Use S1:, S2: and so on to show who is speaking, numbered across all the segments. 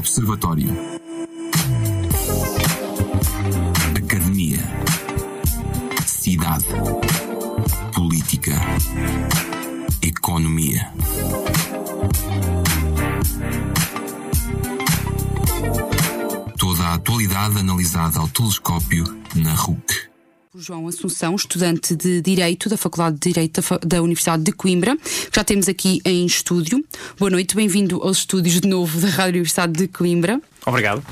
S1: Observatório. Academia. Cidade. Política. Economia. Toda a atualidade analisada ao telescópio na RUC.
S2: João Assunção, estudante de Direito da Faculdade de Direito da Universidade de Coimbra, que já temos aqui em estúdio. Boa noite, bem-vindo aos estúdios de novo da Rádio Universidade de Coimbra.
S3: Obrigado.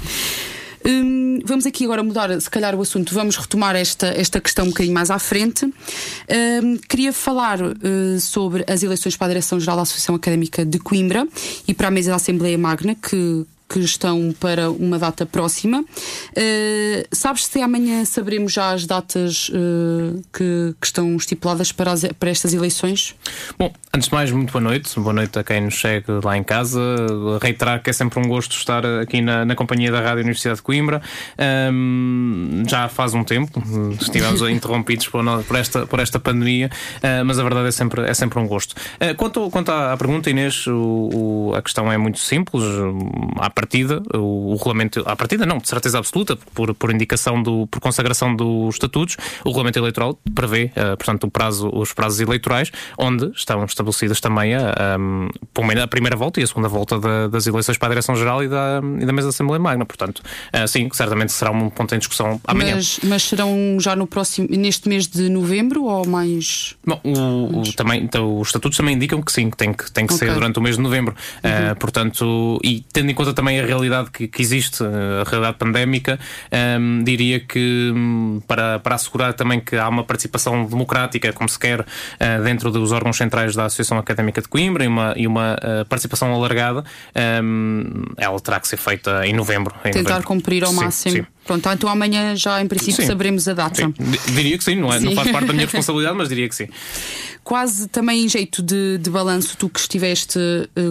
S2: Vamos aqui agora mudar, se calhar, o assunto. Vamos retomar esta questão um bocadinho mais à frente. Queria falar sobre as eleições para a Direção-Geral da Associação Académica de Coimbra e para a mesa da Assembleia Magna, que estão para uma data próxima. Sabes se amanhã saberemos já as datas que estão estipuladas para estas eleições?
S3: Bom, antes de mais, muito boa noite. Boa noite a quem nos segue lá em casa. Reiterar que é sempre um gosto estar aqui na companhia da Rádio Universidade de Coimbra. Já faz um tempo, estivemos interrompidos por esta pandemia, mas a verdade é sempre um gosto. Quanto à pergunta, Inês, a questão é muito simples. À partida, o regulamento, à partida não, de certeza absoluta, por indicação por consagração dos estatutos, o regulamento eleitoral prevê, portanto, os prazos eleitorais, onde estão estabelecidas também a primeira volta e a segunda volta das eleições para a Direção-Geral e da mesa da Assembleia Magna. Portanto, sim, certamente será um ponto em discussão amanhã.
S2: Mas serão já neste mês de novembro ou mais?
S3: Bom, os estatutos também indicam que sim, que tem que ser durante o mês de novembro. Portanto, e tendo em conta também a realidade que existe, a realidade pandémica, diria que para assegurar também que há uma participação democrática, como se quer, dentro dos órgãos centrais da Associação Académica de Coimbra e uma participação alargada, ela terá que ser feita em novembro.
S2: Tentar cumprir ao máximo. Sim. Pronto, então amanhã já em princípio saberemos a data.
S3: Sim. Diria que sim, não faz parte da minha responsabilidade, mas diria que sim.
S2: Quase também em jeito de balanço, tu que estiveste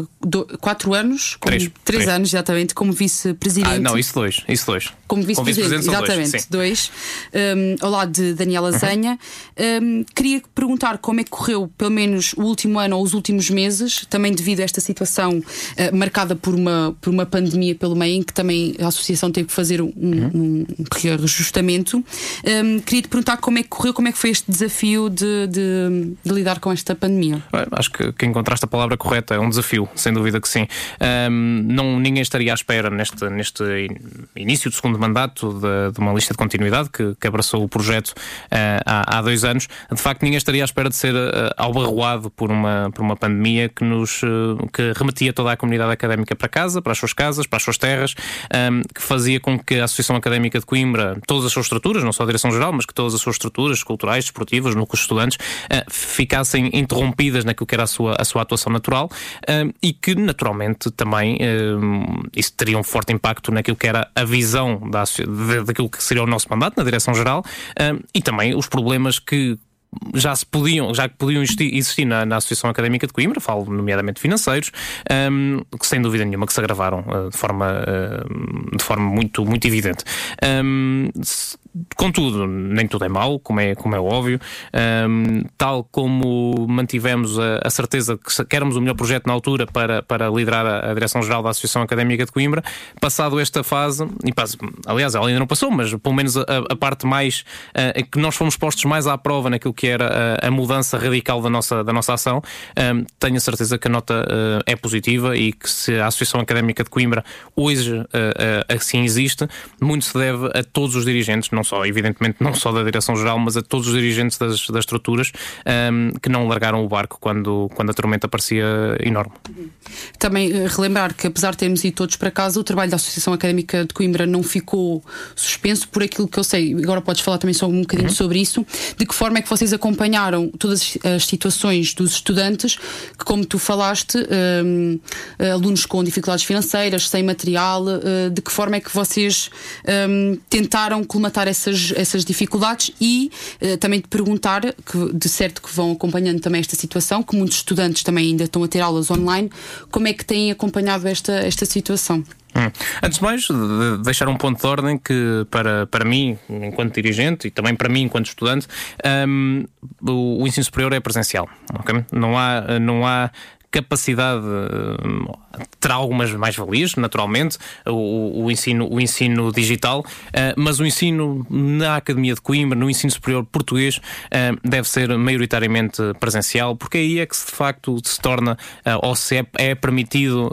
S2: 4 anos, 3 anos exatamente, como vice-presidente.
S3: Não, isso dois.
S2: Como vice-presidente, exatamente, dois. Ao lado de Daniela Zenha. Queria perguntar como é que correu, pelo menos o último ano ou os últimos meses, também devido a esta situação marcada por uma pandemia pelo meio, em que também a Associação teve que fazer um reajustamento. Queria te perguntar como é que correu, como é que foi este desafio de lidar com esta pandemia.
S3: Acho que encontraste a palavra correta, é um desafio, sem dúvida que sim. Ninguém estaria à espera neste início do segundo mandato de uma lista de continuidade que abraçou o projeto há 2 anos. De facto, ninguém estaria à espera de ser albarroado por uma pandemia que remetia toda a comunidade académica para casa, para as suas casas, para as suas terras, que fazia com que a Associação Académica de Coimbra, todas as suas estruturas, não só a Direção-Geral, mas que todas as suas estruturas culturais, desportivas, núcleos estudantes, ficassem interrompidas naquilo que era a sua atuação natural, e que naturalmente também isso teria um forte impacto naquilo que era a visão daquilo que seria o nosso mandato na Direção-Geral, e também os problemas que podiam existir na Associação Académica de Coimbra, falo nomeadamente financeiros, que sem dúvida nenhuma que se agravaram de forma muito, muito evidente. Contudo, nem tudo é mau, como é óbvio. Tal como mantivemos a certeza que éramos o melhor projeto na altura para liderar a Direção-Geral da Associação Académica de Coimbra, passado esta fase, aliás, ela ainda não passou, mas pelo menos a parte mais que nós fomos postos mais à prova naquilo que era a mudança radical da nossa ação, tenho a certeza que a nota é positiva e que se a Associação Académica de Coimbra hoje assim existe, muito se deve a todos os dirigentes, evidentemente não só da Direção-Geral, mas a todos os dirigentes das estruturas, que não largaram o barco quando a tormenta parecia enorme.
S2: Também relembrar que, apesar de termos ido todos para casa, o trabalho da Associação Académica de Coimbra não ficou suspenso, por aquilo que eu sei. Agora podes falar também só um bocadinho sobre isso. De que forma é que vocês acompanharam todas as situações dos estudantes que, como tu falaste, alunos com dificuldades financeiras, sem material, de que forma é que vocês tentaram colmatar essas dificuldades? E também te perguntar, que de certo que vão acompanhando também esta situação, que muitos estudantes também ainda estão a ter aulas online, como é que têm acompanhado esta situação?
S3: Antes de mais, deixar um ponto de ordem que para mim, enquanto dirigente, e também para mim enquanto estudante, o ensino superior é presencial, okay? Não há capacidade, terá algumas mais-valias, naturalmente, o ensino digital, mas o ensino na Academia de Coimbra, no ensino superior português, deve ser maioritariamente presencial, porque aí é que de facto se torna, ou se é permitido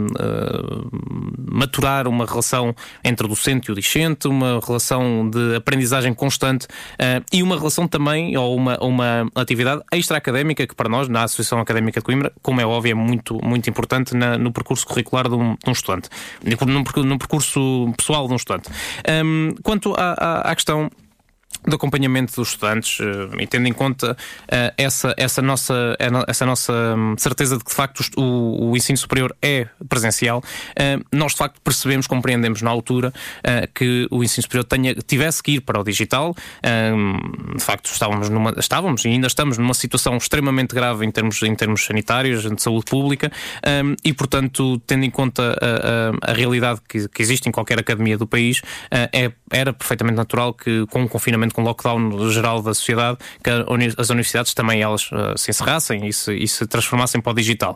S3: maturar uma relação entre o docente e o discente, uma relação de aprendizagem constante e uma relação também, ou uma atividade extra-académica que para nós, na Associação Académica de Coimbra, como é óbvio, é muito, muito importante no percurso curricular de um estudante, no percurso pessoal de um estudante. Quanto à questão do acompanhamento dos estudantes, e tendo em conta essa nossa certeza de que de facto o ensino superior é presencial, nós de facto compreendemos na altura que o ensino superior tivesse que ir para o digital. De facto estávamos e ainda estamos numa situação extremamente grave em termos sanitários, de saúde pública, e portanto, tendo em conta a realidade que existe em qualquer academia do país, era perfeitamente natural que, com o confinamento, com o lockdown geral da sociedade, que as universidades também elas se encerrassem e se transformassem para o digital.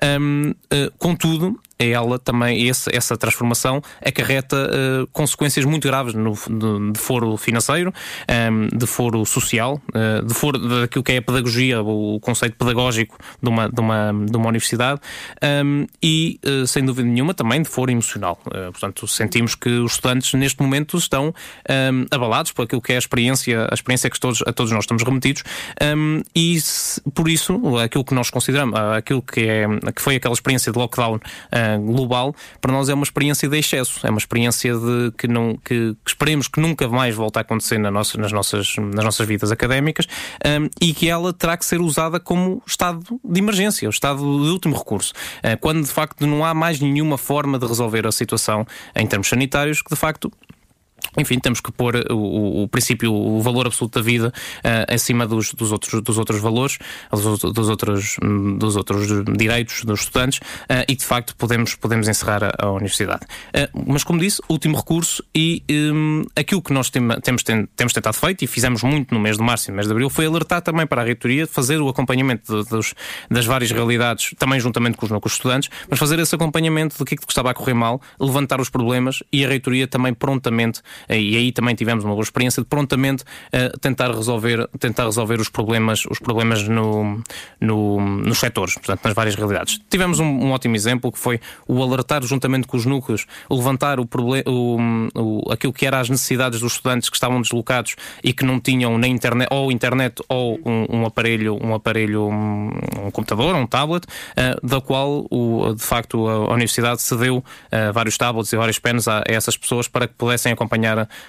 S3: Contudo, essa transformação acarreta consequências muito graves de foro financeiro, de foro social, de foro daquilo que é a pedagogia, o conceito pedagógico de uma universidade, e sem dúvida nenhuma também de foro emocional. Portanto, sentimos que os estudantes neste momento estão abalados por aquilo que é a experiência que a todos nós estamos remetidos, e por isso aquilo que nós consideramos, aquilo que foi aquela experiência de lockdown global, para nós é uma experiência de excesso, é uma experiência que esperemos que nunca mais volte a acontecer nas nossas vidas académicas, e que ela terá que ser usada como estado de emergência, o estado de último recurso, quando de facto não há mais nenhuma forma de resolver a situação em termos sanitários, que de facto, enfim, temos que pôr o princípio, o valor absoluto da vida acima dos outros valores, dos outros direitos dos estudantes, e de facto podemos encerrar a universidade. Mas, como disse, último recurso, e aquilo que nós temos tentado feito, e fizemos muito no mês de março e no mês de abril, foi alertar também para a reitoria, fazer o acompanhamento das várias realidades, também juntamente com os estudantes, mas fazer esse acompanhamento do que estava a correr mal, levantar os problemas, e a reitoria também prontamente, e aí também tivemos uma boa experiência de prontamente tentar resolver os problemas nos setores, portanto, nas várias realidades. Tivemos um ótimo exemplo, que foi o alertar juntamente com os núcleos, o levantar aquilo que era as necessidades dos estudantes que estavam deslocados e que não tinham nem internet ou um aparelho, um computador, um tablet, da qual de facto a universidade cedeu vários tablets e vários pens a essas pessoas para que pudessem acompanhar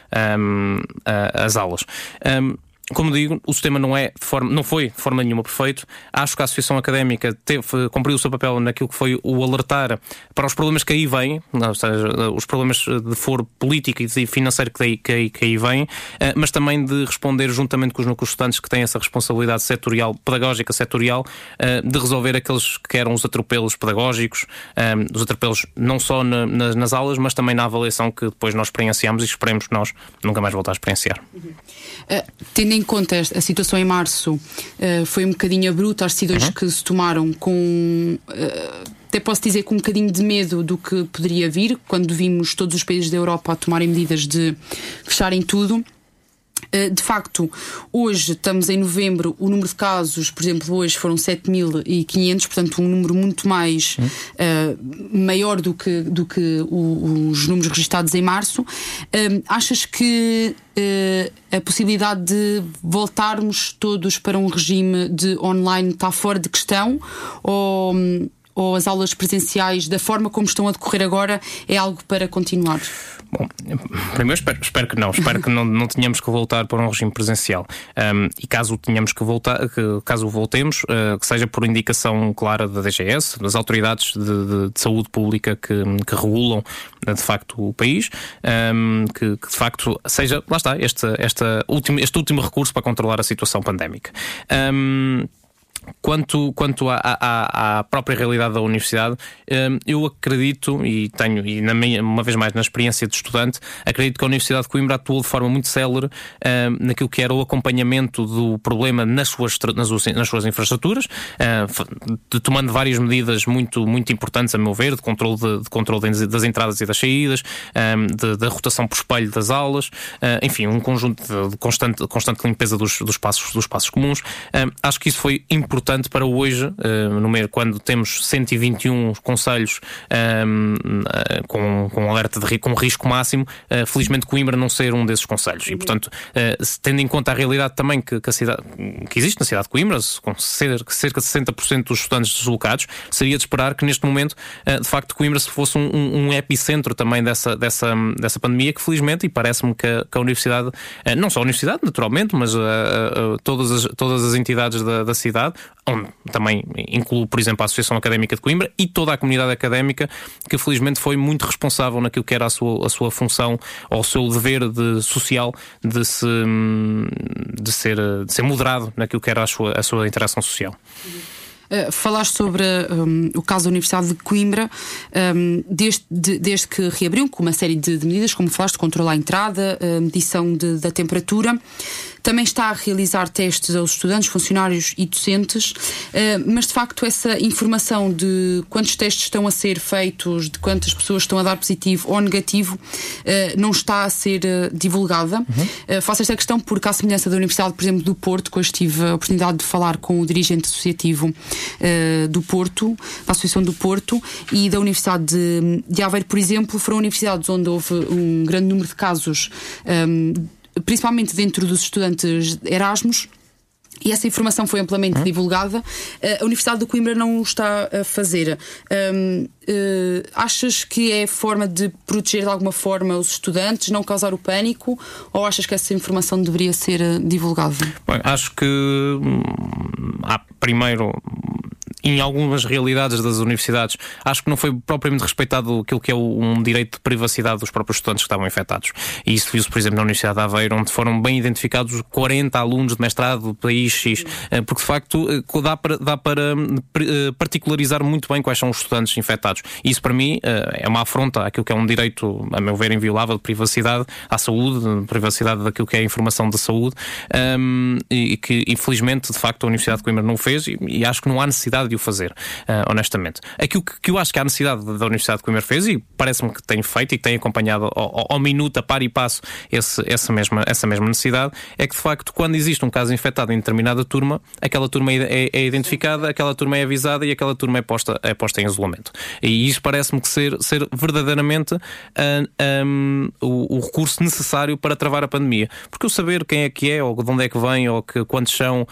S3: as aulas. Como digo, o sistema não foi de forma nenhuma perfeito. Acho que a Associação Académica cumpriu o seu papel naquilo que foi o alertar para os problemas que aí vêm, ou seja, os problemas de foro político e financeiro que aí vêm, mas também de responder juntamente com os núcleos estudantes que têm essa responsabilidade pedagógica setorial, de resolver aqueles que eram os atropelos pedagógicos, os atropelos não só nas aulas, mas também na avaliação que depois nós experienciamos e esperemos que nós nunca mais voltar a experienciar.
S2: Tendo em conta a situação em março, foi um bocadinho abrupta as decisões que se tomaram, até posso dizer com um bocadinho de medo do que poderia vir, quando vimos todos os países da Europa a tomarem medidas de fecharem tudo. De facto, hoje estamos em novembro, o número de casos, por exemplo, hoje foram 7.500, portanto um número muito mais maior do que os números registados em março. Achas que a possibilidade de voltarmos todos para um regime de online está fora de questão, ou as aulas presenciais, da forma como estão a decorrer agora, é algo para continuar?
S3: Bom, primeiro espero que não. Espero que não tenhamos que voltar para um regime presencial. E caso voltemos, que seja por indicação clara da DGS, das autoridades de saúde pública que regulam de facto o país, que de facto seja, lá está, este último recurso para controlar a situação pandémica. Quanto à própria realidade da universidade, eu acredito, uma vez mais na experiência de estudante, acredito que a Universidade de Coimbra atuou de forma muito célere naquilo que era o acompanhamento do problema nas suas infraestruturas, tomando várias medidas muito, muito importantes, a meu ver, de controle das entradas e das saídas, da rotação por espelho das aulas, enfim, um conjunto de constante limpeza dos espaços comuns. Acho que isso foi importante para hoje, quando temos 121 concelhos com alerta com risco máximo, felizmente Coimbra não ser um desses concelhos. E, portanto, tendo em conta a realidade também que existe na cidade de Coimbra, com cerca de 60% dos estudantes deslocados, seria de esperar que neste momento, de facto, Coimbra se fosse um epicentro também dessa pandemia, que felizmente, e parece-me que a Universidade, não só a Universidade, naturalmente, mas todas as entidades da cidade, onde também incluo, por exemplo, a Associação Académica de Coimbra e toda a comunidade académica, que felizmente foi muito responsável naquilo que era a sua função, ou o seu dever social de ser moderado naquilo que era a sua interação social.
S2: Falaste sobre o caso da Universidade de Coimbra, desde que reabriu, com uma série de medidas, como falaste, controle à entrada, medição da temperatura. Também está a realizar testes aos estudantes, funcionários e docentes, mas de facto essa informação de quantos testes estão a ser feitos, de quantas pessoas estão a dar positivo ou negativo, não está a ser divulgada. Faço esta questão porque, à semelhança da Universidade, por exemplo, do Porto, que hoje tive a oportunidade de falar com o dirigente associativo do Porto, da Associação do Porto, e da Universidade de Aveiro, por exemplo, foram universidades onde houve um grande número de casos, principalmente dentro dos estudantes Erasmus, e essa informação foi amplamente divulgada. A Universidade de Coimbra não o está a fazer. Achas que é forma de proteger de alguma forma os estudantes, não causar o pânico, ou achas que essa informação deveria ser divulgada?
S3: Bom, acho que primeiro, em algumas realidades das universidades, acho que não foi propriamente respeitado aquilo que é um direito de privacidade dos próprios estudantes que estavam infectados. E isso viu-se, por exemplo, na Universidade de Aveiro, onde foram bem identificados 40 alunos de mestrado do país X, porque de facto dá para particularizar muito bem quais são os estudantes infectados. E isso, para mim, é uma afronta àquilo que é um direito, a meu ver, inviolável de privacidade à saúde, de privacidade daquilo que é a informação da saúde, e que, infelizmente, de facto, a Universidade de Coimbra não o fez, e acho que não há necessidade de o fazer, honestamente. Aquilo que eu acho que a necessidade da Universidade de Coimbra fez, e parece-me que tem feito e que tem acompanhado ao minuto, a par e passo, essa mesma necessidade, é que de facto, quando existe um caso infectado em determinada turma, aquela turma é identificada, aquela turma é avisada e aquela turma é posta em isolamento. E isso parece-me que ser verdadeiramente o recurso necessário para travar a pandemia. Porque eu saber quem é que é, ou de onde é que vem, ou quantos são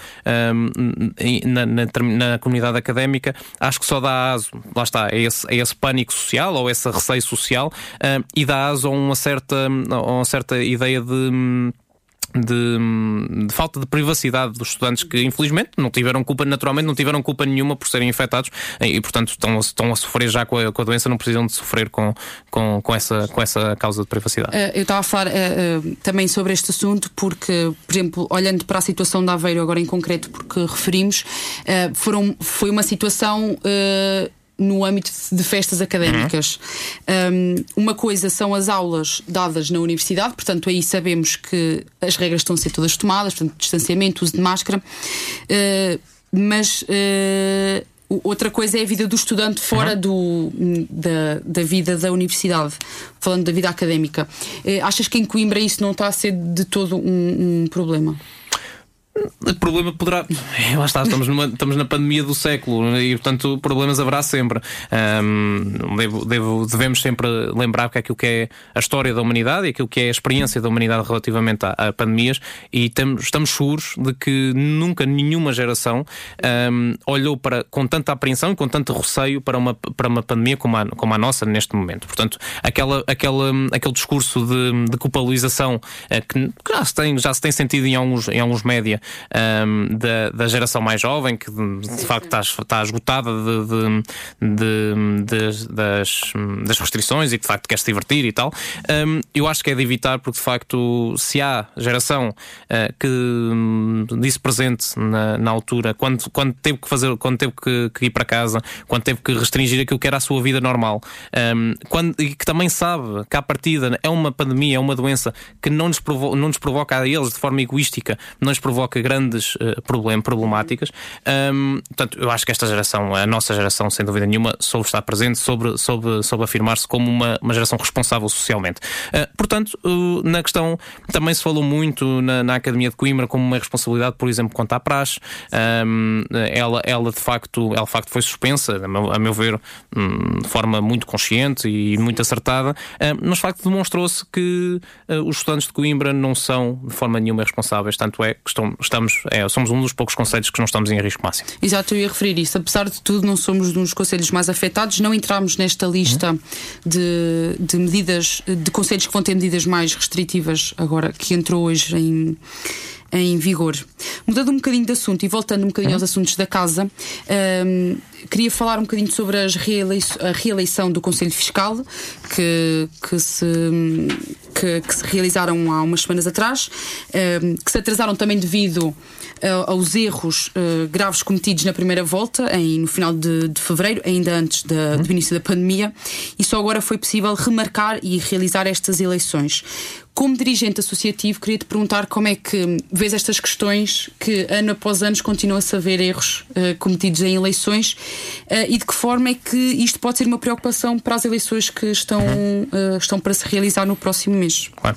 S3: na comunidade académica, acho que só dá aso, lá está, é esse pânico social, ou esse receio social, e dá aso a uma certa ideia de falta de privacidade dos estudantes, que infelizmente naturalmente não tiveram culpa nenhuma por serem infectados, e portanto estão a sofrer já com a doença, não precisam de sofrer com essa causa de privacidade.
S2: Eu estava a falar também sobre este assunto porque, por exemplo, olhando para a situação de Aveiro agora em concreto, porque referimos, foi uma situação no âmbito de festas académicas. Uma coisa são as aulas dadas na universidade, portanto aí sabemos que as regras estão a ser todas tomadas, portanto distanciamento, uso de máscara, mas outra coisa é a vida do estudante fora da vida da universidade, falando da vida académica. Achas que em Coimbra isso não está a ser de todo um problema?
S3: O problema poderá... Lá está, estamos na pandemia do século e, portanto, problemas haverá sempre. Devemos sempre lembrar que aquilo que é a história da humanidade e aquilo que é a experiência da humanidade relativamente a pandemias, e estamos seguros de que nunca nenhuma geração olhou com tanta apreensão e com tanto receio para uma pandemia como a nossa neste momento. Portanto, aquele discurso de culpabilização que já se tem sentido em alguns média, da geração mais jovem, que de facto está esgotada das restrições e que de facto quer se divertir e tal. Eu acho que é de evitar, porque de facto, se há geração que disse presente na altura, quando teve que ir para casa, quando teve que restringir aquilo que era a sua vida normal, e que também sabe que à partida é uma pandemia, é uma doença que não nos provoca a eles de forma egoística, não nos provoca grandes problemáticas. Portanto, eu acho que esta geração, a nossa geração, sem dúvida nenhuma, soube estar presente, soube afirmar-se como uma geração responsável socialmente. Portanto, na questão, também se falou muito na Academia de Coimbra como uma responsabilidade, por exemplo, quanto à praxe. Ela de facto foi suspensa, a meu ver, de forma muito consciente e muito acertada, mas de facto demonstrou-se que os estudantes de Coimbra não são de forma nenhuma responsáveis, tanto é que somos um dos poucos concelhos que não estamos em risco máximo.
S2: Exato, eu ia referir isso. Apesar de tudo, não somos um dos concelhos mais afetados, não entramos nesta lista de medidas, de concelhos que vão ter medidas mais restritivas agora, que entrou hoje em vigor. Mudando um bocadinho de assunto e voltando um bocadinho aos assuntos da casa, queria falar um bocadinho sobre a reeleição do Conselho Fiscal que se realizaram há umas semanas atrás, que se atrasaram também devido aos erros graves cometidos na primeira volta, no final de fevereiro, ainda antes do início da pandemia, e só agora foi possível remarcar e realizar estas eleições. Como dirigente associativo, queria-te perguntar como é que vês estas questões que ano após ano continuam-se a haver erros cometidos em eleições, e de que forma é que isto pode ser uma preocupação para as eleições que estão para se realizar no próximo mês.
S3: Claro.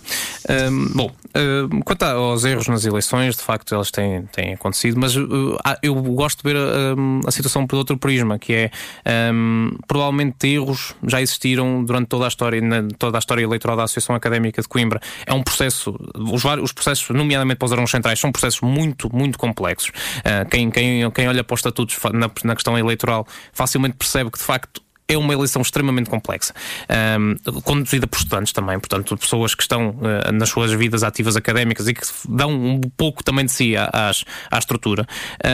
S3: Quanto aos erros nas eleições, de facto eles têm acontecido, mas eu gosto de ver a situação por outro prisma, que é provavelmente erros já existiram durante toda a história eleitoral da Associação Académica de Coimbra. É um processo, os processos, nomeadamente para os órgãos centrais, são processos muito, muito complexos. Quem olha para os estatutos na questão eleitoral facilmente percebe que de facto é uma eleição extremamente complexa, conduzida por estudantes também, portanto, pessoas que estão nas suas vidas ativas académicas e que dão um pouco também de si à estrutura.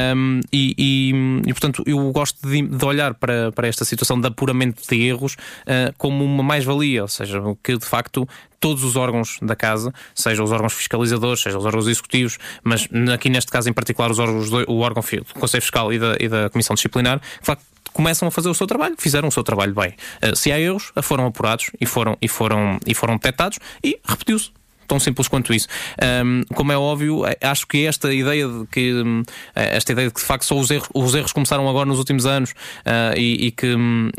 S3: Portanto, eu gosto de olhar para esta situação de apuramento de erros como uma mais-valia, ou seja, que de facto todos os órgãos da casa, seja os órgãos fiscalizadores, seja os órgãos executivos, mas aqui neste caso em particular o órgão do Conselho Fiscal e da Comissão Disciplinar, de facto começam a fazer o seu trabalho, fizeram o seu trabalho bem. Se há erros, foram apurados e foram detectados e repetiu-se. Tão simples quanto isso. Como é óbvio, acho que esta ideia de que de facto só os erros começaram agora nos últimos anos, e que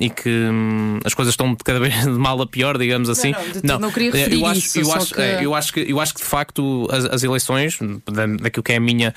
S3: as coisas estão cada vez de mal a pior, digamos assim.
S2: Não queria referir isso.
S3: Eu acho que de facto as eleições, daquilo que é a minha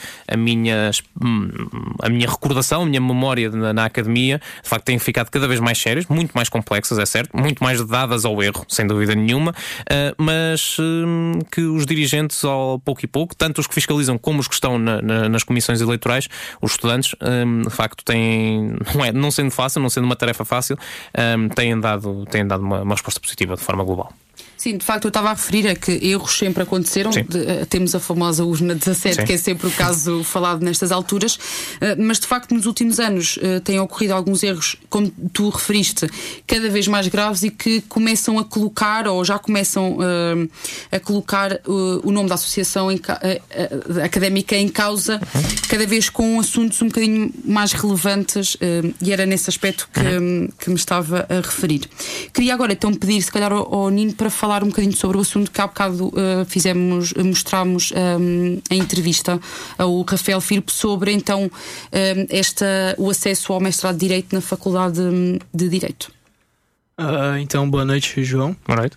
S3: recordação, a minha memória na academia, de facto têm ficado cada vez mais sérias, muito mais complexas, é certo, muito mais dadas ao erro, sem dúvida nenhuma, mas que os dirigentes, ao pouco e pouco, tanto os que fiscalizam como os que estão nas comissões eleitorais, os estudantes, de facto não sendo fácil, não sendo uma tarefa fácil, têm dado uma resposta positiva de forma global.
S2: Sim, de facto eu estava a referir a que erros sempre aconteceram. Temos a famosa urna 17, sim, que é sempre o caso falado nestas alturas, mas de facto nos últimos anos têm ocorrido alguns erros, como tu referiste, cada vez mais graves e que começam a colocar, ou já começam a colocar o nome da associação académica em causa, cada vez com assuntos um bocadinho mais relevantes, e era nesse aspecto que me estava a referir. Queria agora então pedir, se calhar, ao Nino para falar um bocadinho sobre o assunto que há bocado mostramos a entrevista ao Rafael Filipe sobre então o acesso ao mestrado de Direito na Faculdade de Direito.
S4: Então, boa noite, João.
S3: Boa noite.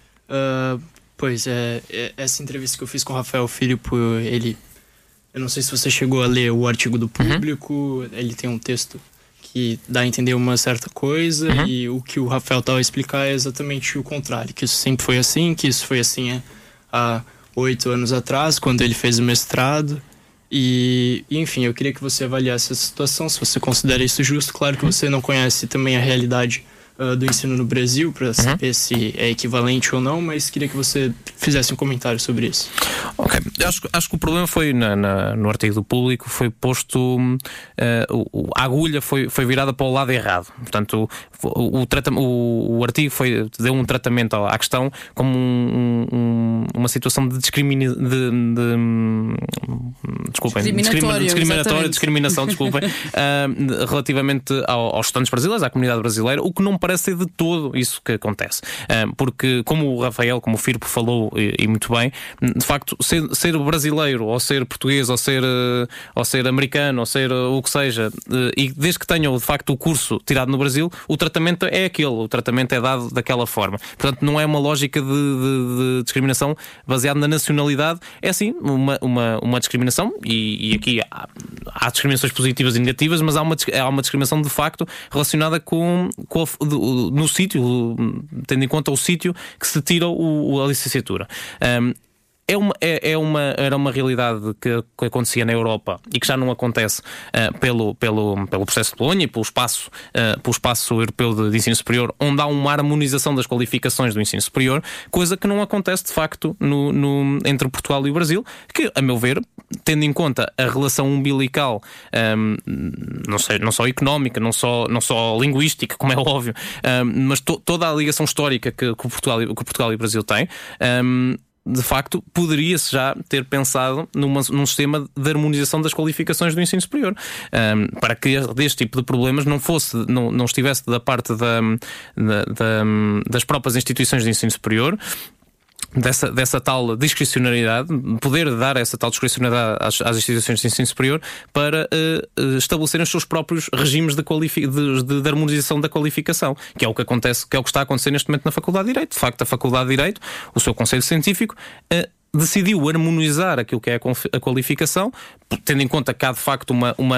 S4: Essa entrevista que eu fiz com o Rafael Filipe, eu não sei se você chegou a ler o artigo do Público, ele tem um texto que dá a entender uma certa coisa, e o que o Rafael estava a explicar é exatamente o contrário, que isso sempre foi assim, que isso foi assim há 8 anos atrás, quando ele fez o mestrado, e enfim, eu queria que você avaliasse essa situação, se você considera isso justo. Claro que você não conhece também a realidade do ensino no Brasil, para saber se é equivalente ou não, mas queria que você fizesse um comentário sobre isso.
S3: Ok, acho que o problema foi no artigo do Público, foi posto a agulha foi virada para o lado errado. Portanto, o artigo deu um tratamento à questão como uma situação de discriminação, desculpem, relativamente aos estudantes brasileiros, à comunidade brasileira, o que não parece ser de todo isso que acontece. Porque, como o Rafael, como o Firpo falou e muito bem, de facto, ser brasileiro, ou ser português, ou ser americano, ou ser o que seja, e desde que tenham de facto o curso tirado no Brasil, o tratamento é aquele, o tratamento é dado daquela forma. Portanto, não é uma lógica de discriminação baseada na nacionalidade, é sim uma discriminação, e aqui há discriminações positivas e negativas, mas há uma discriminação de facto relacionada no sítio, tendo em conta o sítio que se tira a licenciatura. Era uma realidade que acontecia na Europa e que já não acontece pelo processo de Bolonha e pelo espaço europeu de ensino superior, onde há uma harmonização das qualificações do ensino superior, coisa que não acontece de facto entre Portugal e o Brasil, que, a meu ver, tendo em conta a relação umbilical, não só económica, não só linguística, como é óbvio, mas toda a ligação histórica que Portugal e o Brasil têm, de facto, poderia-se já ter pensado num sistema de harmonização das qualificações do ensino superior, para que deste tipo de problemas não estivesse da parte das próprias instituições de ensino superior, dessa tal discricionariedade, poder dar essa tal discricionariedade às instituições de ensino superior para estabelecerem os seus próprios regimes de harmonização da qualificação, que é o que acontece, que é o que está a acontecer neste momento na Faculdade de Direito. De facto, a Faculdade de Direito, o seu Conselho Científico, decidiu harmonizar aquilo que é a qualificação, tendo em conta que há de facto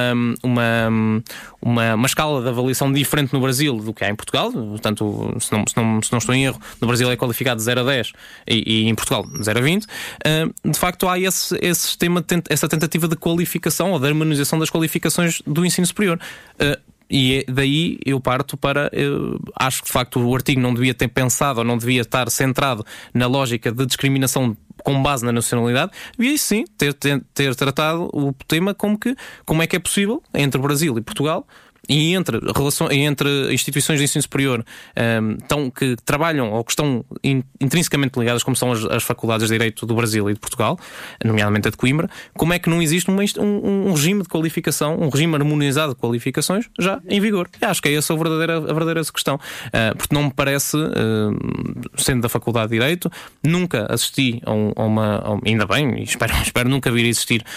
S3: uma escala de avaliação diferente no Brasil do que há em Portugal. Portanto, se não estou em erro, no Brasil é qualificado de 0 a 10 e em Portugal de 0 a 20. De facto, há esse sistema, essa tentativa de qualificação ou de harmonização das qualificações do ensino superior. E daí eu parto para... acho que de facto o artigo não devia ter pensado ou não devia estar centrado na lógica de discriminação com base na nacionalidade, e aí sim ter tratado o tema como é que é possível entre o Brasil e Portugal, e entre instituições de ensino superior que trabalham ou que estão intrinsecamente ligadas, como são as faculdades de Direito do Brasil e de Portugal, nomeadamente a de Coimbra, como é que não existe um regime de qualificação, um regime harmonizado de qualificações já em vigor? E acho que é essa a verdadeira questão, porque não me parece, sendo da Faculdade de Direito, nunca assisti ainda bem, e espero nunca vir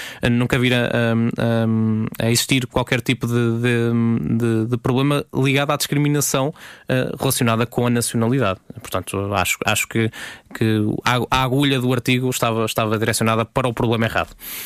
S3: a existir qualquer tipo de problema ligado à discriminação relacionada com a nacionalidade. Portanto, acho que a agulha do artigo estava direcionada para o problema errado.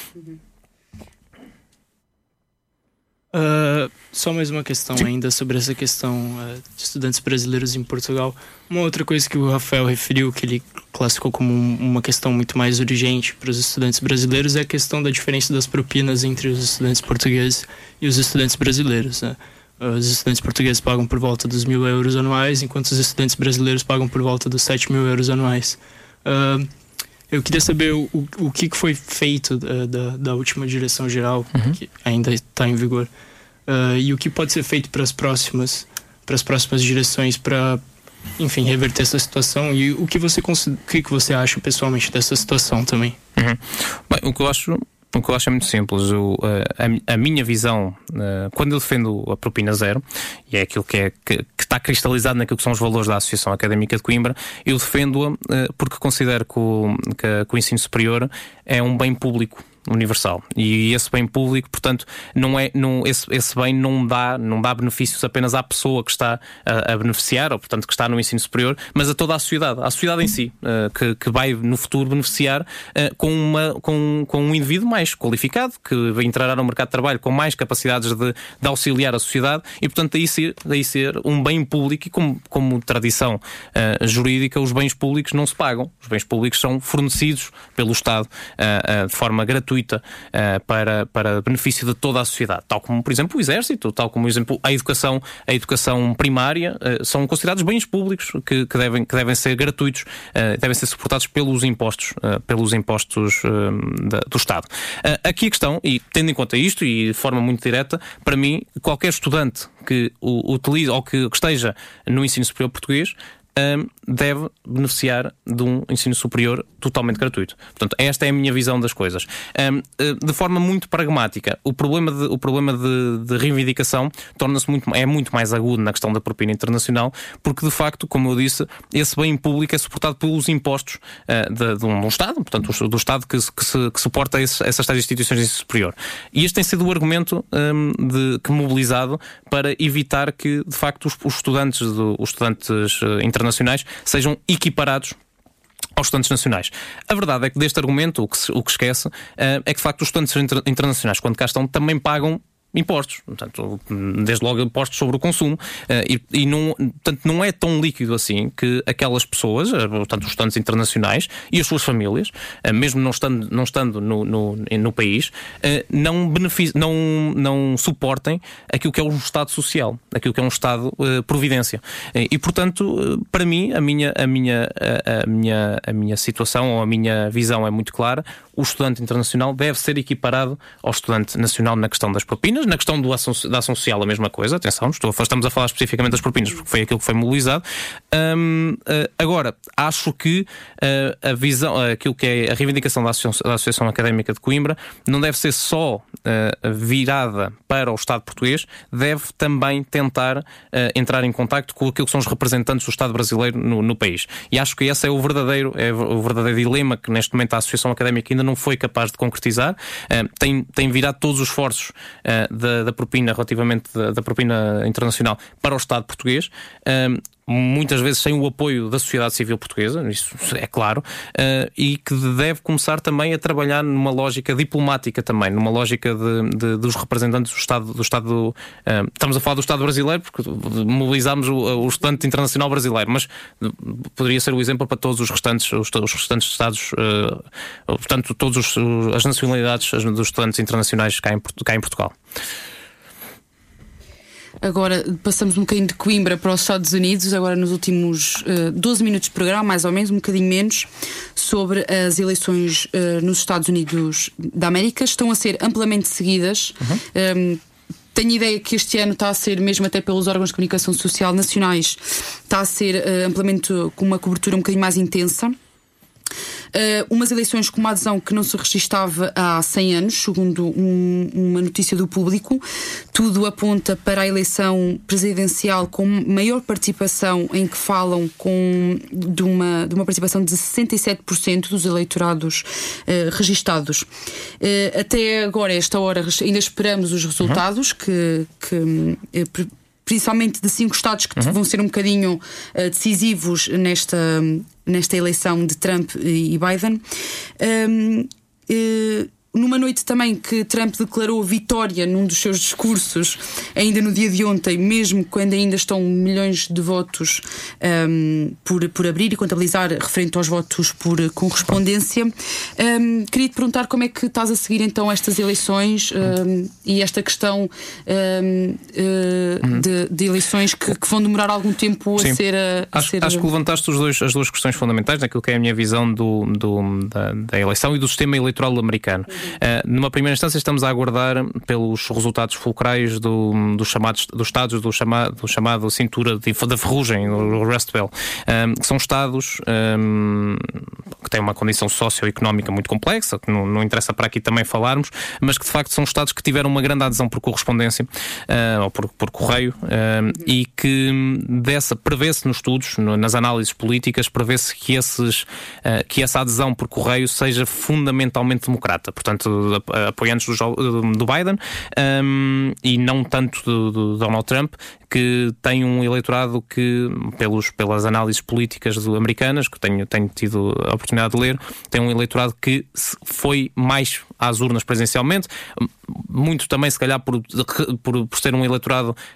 S4: Só mais uma questão ainda sobre essa questão de estudantes brasileiros em Portugal. Uma outra coisa que o Rafael referiu, que ele classificou como uma questão muito mais urgente para os estudantes brasileiros, é a questão da diferença das propinas entre os estudantes portugueses e os estudantes brasileiros, né? Os estudantes portugueses pagam por volta dos 1.000 euros anuais, enquanto os estudantes brasileiros pagam por volta dos 7.000 euros anuais. Eu queria saber o que foi feito da última direção-geral, que ainda está em vigor, e o que pode ser feito para as próximas direções para, enfim, reverter essa situação, e o que você acha pessoalmente dessa situação também.
S3: Bem, o que eu acho é muito simples. A minha visão, quando eu defendo a propina zero, e é aquilo que está cristalizado naquilo que são os valores da Associação Académica de Coimbra, eu defendo-a porque considero que o ensino superior é um bem público universal, e esse bem público, portanto, esse bem não dá benefícios apenas à pessoa que está a beneficiar, ou portanto que está no ensino superior, mas a toda a sociedade em si, que vai no futuro beneficiar com um indivíduo mais qualificado, que vai entrar no mercado de trabalho com mais capacidades de auxiliar a sociedade, e portanto daí ser um bem público. E como tradição jurídica, os bens públicos não se pagam, os bens públicos são fornecidos pelo Estado de forma gratuita gratuita para benefício de toda a sociedade, tal como, por exemplo, o exército, tal como, por exemplo, a educação primária, são considerados bens públicos que devem ser gratuitos, devem ser suportados pelos impostos do Estado. Aqui a questão, e tendo em conta isto e de forma muito direta, para mim, qualquer estudante que utilize ou que esteja no ensino superior português deve beneficiar de um ensino superior totalmente gratuito. Portanto, esta é a minha visão das coisas. De forma muito pragmática, o problema de reivindicação é muito mais agudo na questão da propina internacional, porque de facto, como eu disse, esse bem público é suportado pelos impostos de um Estado, portanto, do Estado que suporta essas tais instituições de ensino superior. E este tem sido o argumento mobilizado para evitar que, de facto, os estudantes internacionais sejam equiparados aos estudantes nacionais. A verdade é que deste argumento, o que esquece é que, de facto, os estudantes internacionais, quando cá estão, também pagam impostos, portanto, desde logo impostos sobre o consumo, e não é tão líquido assim que aquelas pessoas, portanto, os estudantes internacionais e as suas famílias, mesmo não estando no país, não suportem aquilo que é um Estado social, aquilo que é um Estado providência. E, portanto, para mim, a minha situação ou a minha visão é muito clara. O estudante internacional deve ser equiparado ao estudante nacional na questão das propinas, na questão da ação social a mesma coisa, atenção, estamos a falar especificamente das propinas porque foi aquilo que foi mobilizado. Agora, acho que a visão, aquilo que é a reivindicação da Associação Académica de Coimbra não deve ser só virada para o Estado português, deve também tentar entrar em contacto com aquilo que são os representantes do Estado brasileiro no país. E acho que esse é o verdadeiro dilema que neste momento a Associação Académica ainda não foi capaz de concretizar. Tem virado todos os esforços da propina, relativamente da propina internacional, para o Estado português, muitas vezes sem o apoio da sociedade civil portuguesa, isso é claro, e que deve começar também a trabalhar numa lógica diplomática também, numa lógica dos representantes do Estado. Estamos a falar do Estado brasileiro porque mobilizámos o estudante internacional brasileiro, mas poderia ser o exemplo para todos os restantes Estados, portanto, todas as nacionalidades dos estudantes internacionais cá em Portugal.
S2: Agora passamos um bocadinho de Coimbra para os Estados Unidos, agora nos últimos 12 minutos de programa, mais ou menos, um bocadinho menos, sobre as eleições nos Estados Unidos da América. Estão a ser amplamente seguidas. Tenho ideia que este ano está a ser, mesmo até pelos órgãos de comunicação social nacionais, está a ser amplamente com uma cobertura um bocadinho mais intensa. Umas eleições com uma adesão que não se registava há 100 anos, segundo uma notícia do Público. Tudo aponta para a eleição presidencial com maior participação, em que falam de uma participação de 67% dos eleitorados registados. Até agora, esta hora, ainda esperamos os resultados, principalmente de 5 estados que vão ser um bocadinho decisivos nesta eleição de Trump e Biden. Numa noite também que Trump declarou vitória num dos seus discursos, ainda no dia de ontem, mesmo quando ainda estão milhões de votos por abrir e contabilizar referente aos votos por correspondência. Queria te perguntar como é que estás a seguir então estas eleições e esta questão de eleições que vão demorar algum tempo a ser... Acho
S3: que levantaste as duas questões fundamentais naquilo que é a minha visão da eleição e do sistema eleitoral americano. Numa primeira instância estamos a aguardar pelos resultados fulcrais dos estados do chamado cintura da ferrugem, o Rust Belt, que são estados que têm uma condição socioeconómica muito complexa, que não interessa para aqui também falarmos, mas que de facto são estados que tiveram uma grande adesão por correspondência ou por correio, e que prevê-se nos estudos, nas análises políticas, prevê-se que essa adesão por correio seja fundamentalmente democrata, portanto apoiantes do Biden, e não tanto do Donald Trump, que tem um eleitorado que, pelas análises políticas americanas, que tenho tido a oportunidade de ler, tem um eleitorado que foi mais às urnas presencialmente, muito também se calhar por ser um eleitorado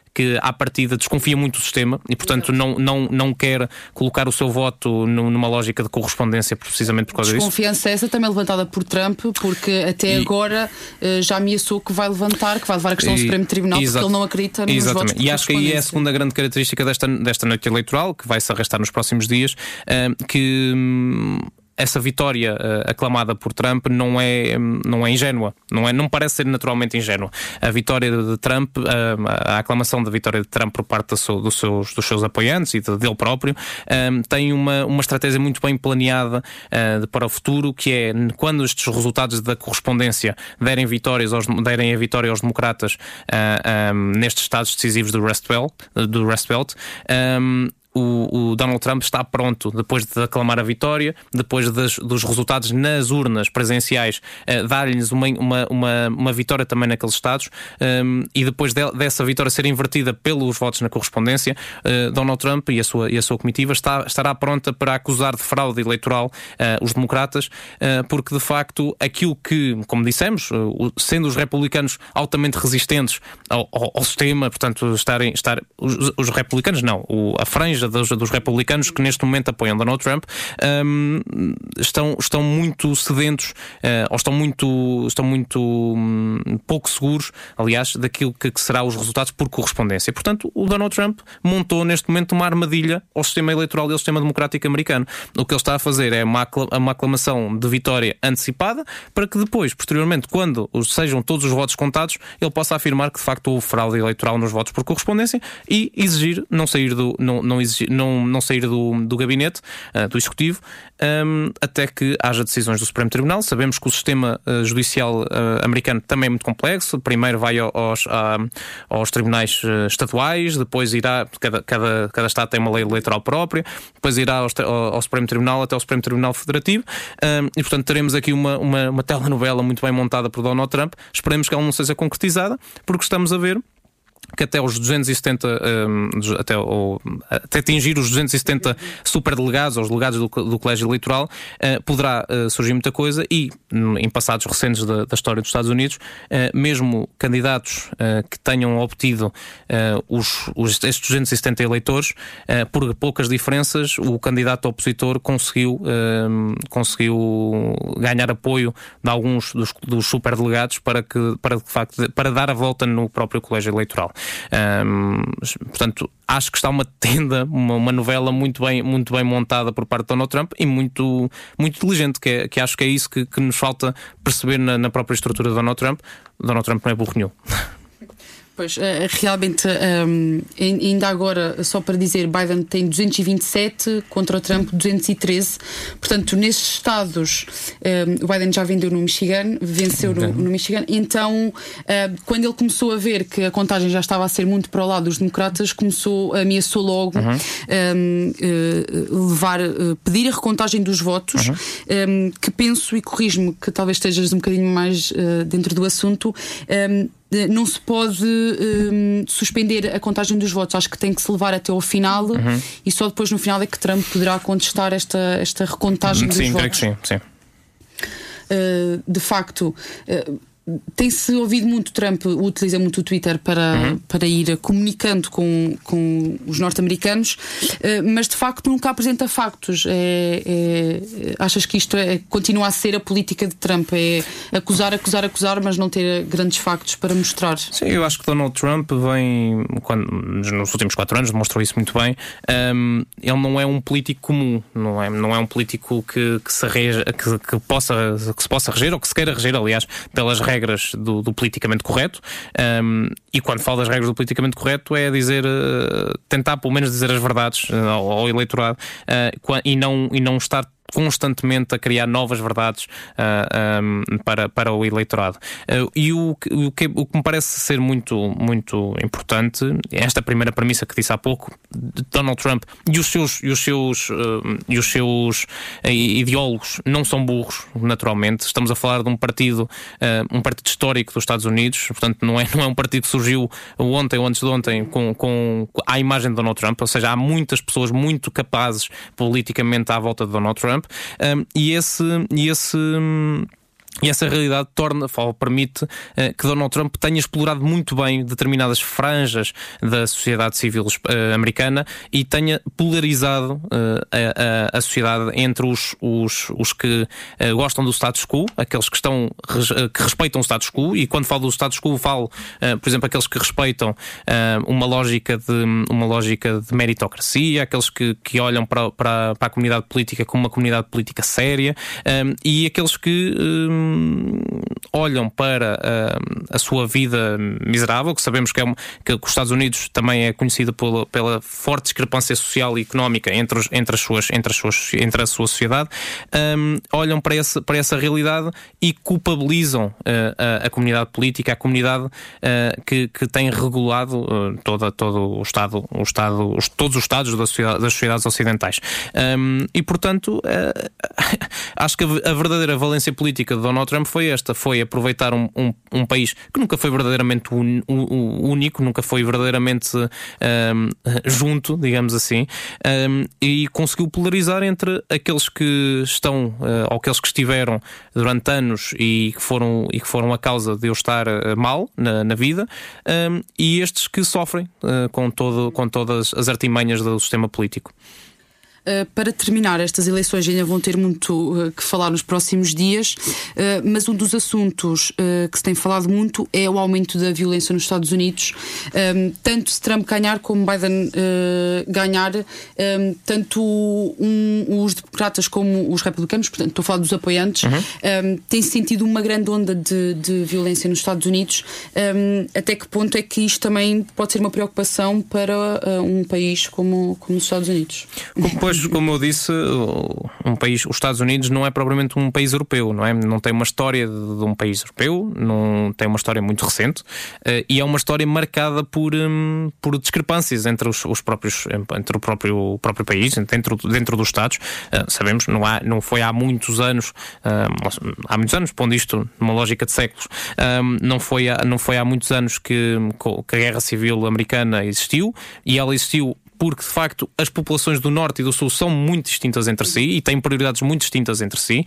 S3: que à partida desconfia muito do sistema e, portanto, não quer colocar o seu voto numa lógica de correspondência precisamente por causa disso.
S2: Desconfiança essa também levantada por Trump, porque até agora já ameaçou que vai levar a questão ao Supremo Tribunal, porque ele não acredita nos votos por
S3: e acho que aí é a segunda grande característica desta noite eleitoral, que vai se arrastar nos próximos dias, que essa vitória aclamada por Trump não é ingênua, não parece ser naturalmente ingênua. A vitória de Trump, a aclamação da vitória de Trump por parte dos seus apoiantes e dele próprio, tem uma estratégia muito bem planeada para o futuro, que é quando estes resultados da correspondência derem a vitória aos democratas nestes estados decisivos do Rust Belt, o Donald Trump está pronto, depois de aclamar a vitória, depois dos resultados nas urnas presenciais, dar-lhes uma vitória também naqueles estados, e depois dessa vitória ser invertida pelos votos na correspondência, Donald Trump e a sua comitiva estará pronta para acusar de fraude eleitoral os democratas, porque de facto aquilo que, como dissemos, sendo os republicanos altamente resistentes ao sistema, portanto os republicanos não, a franja dos republicanos que neste momento apoiam Donald Trump, estão muito sedentos, ou estão muito pouco seguros, aliás, daquilo que será os resultados por correspondência. Portanto, o Donald Trump montou neste momento uma armadilha ao sistema eleitoral e ao sistema democrático americano. O que ele está a fazer é uma aclamação de vitória antecipada, para que depois, posteriormente, quando sejam todos os votos contados, ele possa afirmar que de facto houve fraude eleitoral nos votos por correspondência e exigir não sair do gabinete, do executivo, até que haja decisões do Supremo Tribunal. Sabemos que o sistema judicial americano também é muito complexo. Primeiro vai aos tribunais estaduais, depois irá, cada estado tem uma lei eleitoral própria, depois irá ao Supremo Tribunal, até ao Supremo Tribunal Federativo, e portanto teremos aqui uma telenovela muito bem montada por Donald Trump. Esperemos que ela não seja concretizada, porque estamos a ver que até os 270, até atingir os 270 superdelegados, ou os delegados do Colégio Eleitoral, poderá surgir muita coisa, e em passados recentes da história dos Estados Unidos, mesmo candidatos que tenham obtido estes 270 eleitores, por poucas diferenças, o candidato opositor conseguiu ganhar apoio de alguns dos superdelegados para dar a volta no próprio Colégio Eleitoral. Portanto, acho que está uma tenda, uma novela muito bem montada por parte de Donald Trump, e muito, muito inteligente, que acho que é isso que nos falta perceber na própria estrutura de Donald Trump. Donald Trump não é burro nenhum.
S2: Pois, realmente, ainda agora, só para dizer, Biden tem 227 contra o Trump 213. Portanto, nesses estados, o Biden já venceu no Michigan. Então, quando ele começou a ver que a contagem já estava a ser muito para o lado dos democratas, ameaçou logo pedir a recontagem dos votos, que penso, e corrijo-me que talvez estejas um bocadinho mais dentro do assunto, não se pode suspender a contagem dos votos. Acho que tem que se levar até ao final, e só depois no final é que Trump poderá contestar esta recontagem dos votos.
S3: Creio que sim.
S2: De facto, tem-se ouvido muito, Trump utiliza muito o Twitter para ir comunicando com os norte-americanos, mas de facto nunca apresenta factos. Achas que isto continua a ser a política de Trump? É acusar, mas não ter grandes factos para mostrar?
S3: Sim, eu acho que Donald Trump nos últimos 4 anos demonstrou isso muito bem. Ele não é um político comum, não é um político que se possa reger, ou que se queira reger, aliás, pelas regras do politicamente correto, e quando falo das regras do politicamente correto é tentar pelo menos dizer as verdades ao eleitorado, e não estar constantemente a criar novas verdades para o eleitorado. E o que me parece ser muito, muito importante, esta primeira premissa que disse há pouco, Donald Trump e os seus ideólogos não são burros, naturalmente. Estamos a falar de um partido histórico dos Estados Unidos, portanto não é um partido que surgiu ontem ou antes de ontem à imagem de Donald Trump, ou seja, há muitas pessoas muito capazes politicamente à volta de Donald Trump. E E essa realidade permite que Donald Trump tenha explorado muito bem determinadas franjas da sociedade civil americana e tenha polarizado a sociedade entre os que gostam do status quo, aqueles que respeitam o status quo, e quando falo do status quo falo, por exemplo, aqueles que respeitam uma lógica de meritocracia, aqueles que olham para a comunidade política como uma comunidade política séria, e aqueles que olham para a sua vida miserável, que sabemos que os Estados Unidos também é conhecido pela forte discrepância social e económica entre a sua sociedade, olham para essa realidade e culpabilizam a comunidade política, a comunidade que tem regulado todo o Estado, todos os Estados das sociedades ocidentais. E portanto acho que a verdadeira valência política de Donald Trump foi aproveitar um país que nunca foi verdadeiramente único, nunca foi verdadeiramente junto, digamos assim, e conseguiu polarizar entre aqueles que estão ou aqueles que estiveram durante anos e que foram a causa de eu estar mal na vida, e estes que sofrem com todas as artimanhas do sistema político.
S2: Para terminar, estas eleições ainda vão ter muito que falar nos próximos dias, mas um dos assuntos que se tem falado muito é o aumento da violência nos Estados Unidos. Tanto se Trump ganhar como Biden ganhar, tanto os democratas como os republicanos, portanto estou a falar dos apoiantes, têm sentido uma grande onda de violência nos Estados Unidos. Até que ponto é que isto também pode ser uma preocupação para um país como os Estados Unidos?
S3: Pois, como eu disse, os Estados Unidos não é propriamente um país europeu, não é? Não tem uma história de um país europeu, não tem uma história muito recente, e é uma história marcada por discrepâncias entre entre o próprio país, dentro dos Estados. Sabemos, não foi há muitos anos, pondo isto numa lógica de séculos, não foi há muitos anos que a Guerra Civil Americana existiu, e ela existiu porque, de facto, as populações do Norte e do Sul são muito distintas entre si e têm prioridades muito distintas entre si.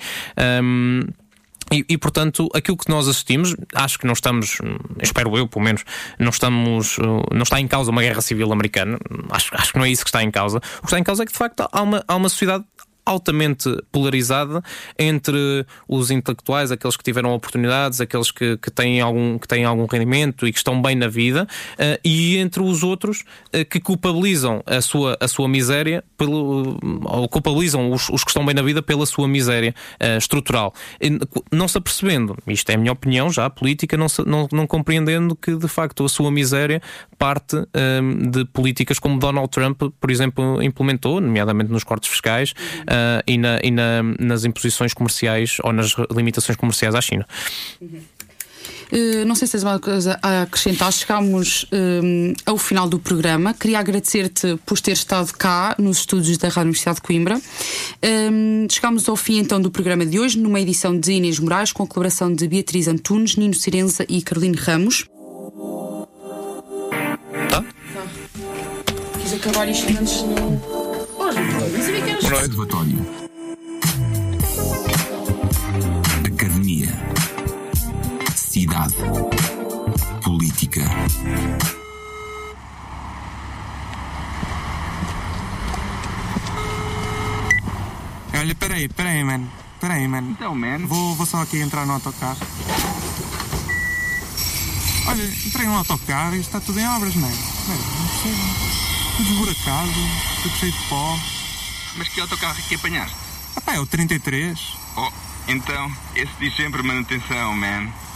S3: E, portanto, aquilo que nós assistimos, acho que não estamos, espero eu, pelo menos, não está em causa uma guerra civil americana. Acho que não é isso que está em causa. O que está em causa é que, de facto, há uma sociedade altamente polarizada entre os intelectuais, aqueles que tiveram oportunidades, aqueles que têm algum rendimento e que estão bem na vida, e entre os outros que culpabilizam a sua miséria ou culpabilizam os que estão bem na vida pela sua miséria estrutural, não se apercebendo, isto é a minha opinião já política, não compreendendo que de facto a sua miséria parte de políticas como Donald Trump, por exemplo, implementou, nomeadamente nos cortes fiscais, e nas imposições comerciais ou nas limitações comerciais à China.
S2: Não sei se tens uma coisa a acrescentar. Chegámos ao final do programa. Queria agradecer-te por ter estado cá nos estúdios da Rádio Universidade de Coimbra. Chegámos ao fim então do programa de hoje, numa edição de Inês Moraes, com a colaboração de Beatriz Antunes, Nino Cirenza e Caroline Ramos.
S3: Tá?
S2: Quis acabar isto antes de...
S1: Observatório. Academia. Cidade. Política.
S5: Olha, peraí, mano.
S6: Então, man.
S5: Vou só aqui entrar no autocarro. Olha, entrei no autocarro e está tudo em obras, mano. Tudo esburacado, tudo cheio de pó.
S6: Mas que autocarro é que apanhaste?
S5: É o 33.
S6: Oh, então, esse diz sempre manutenção, man.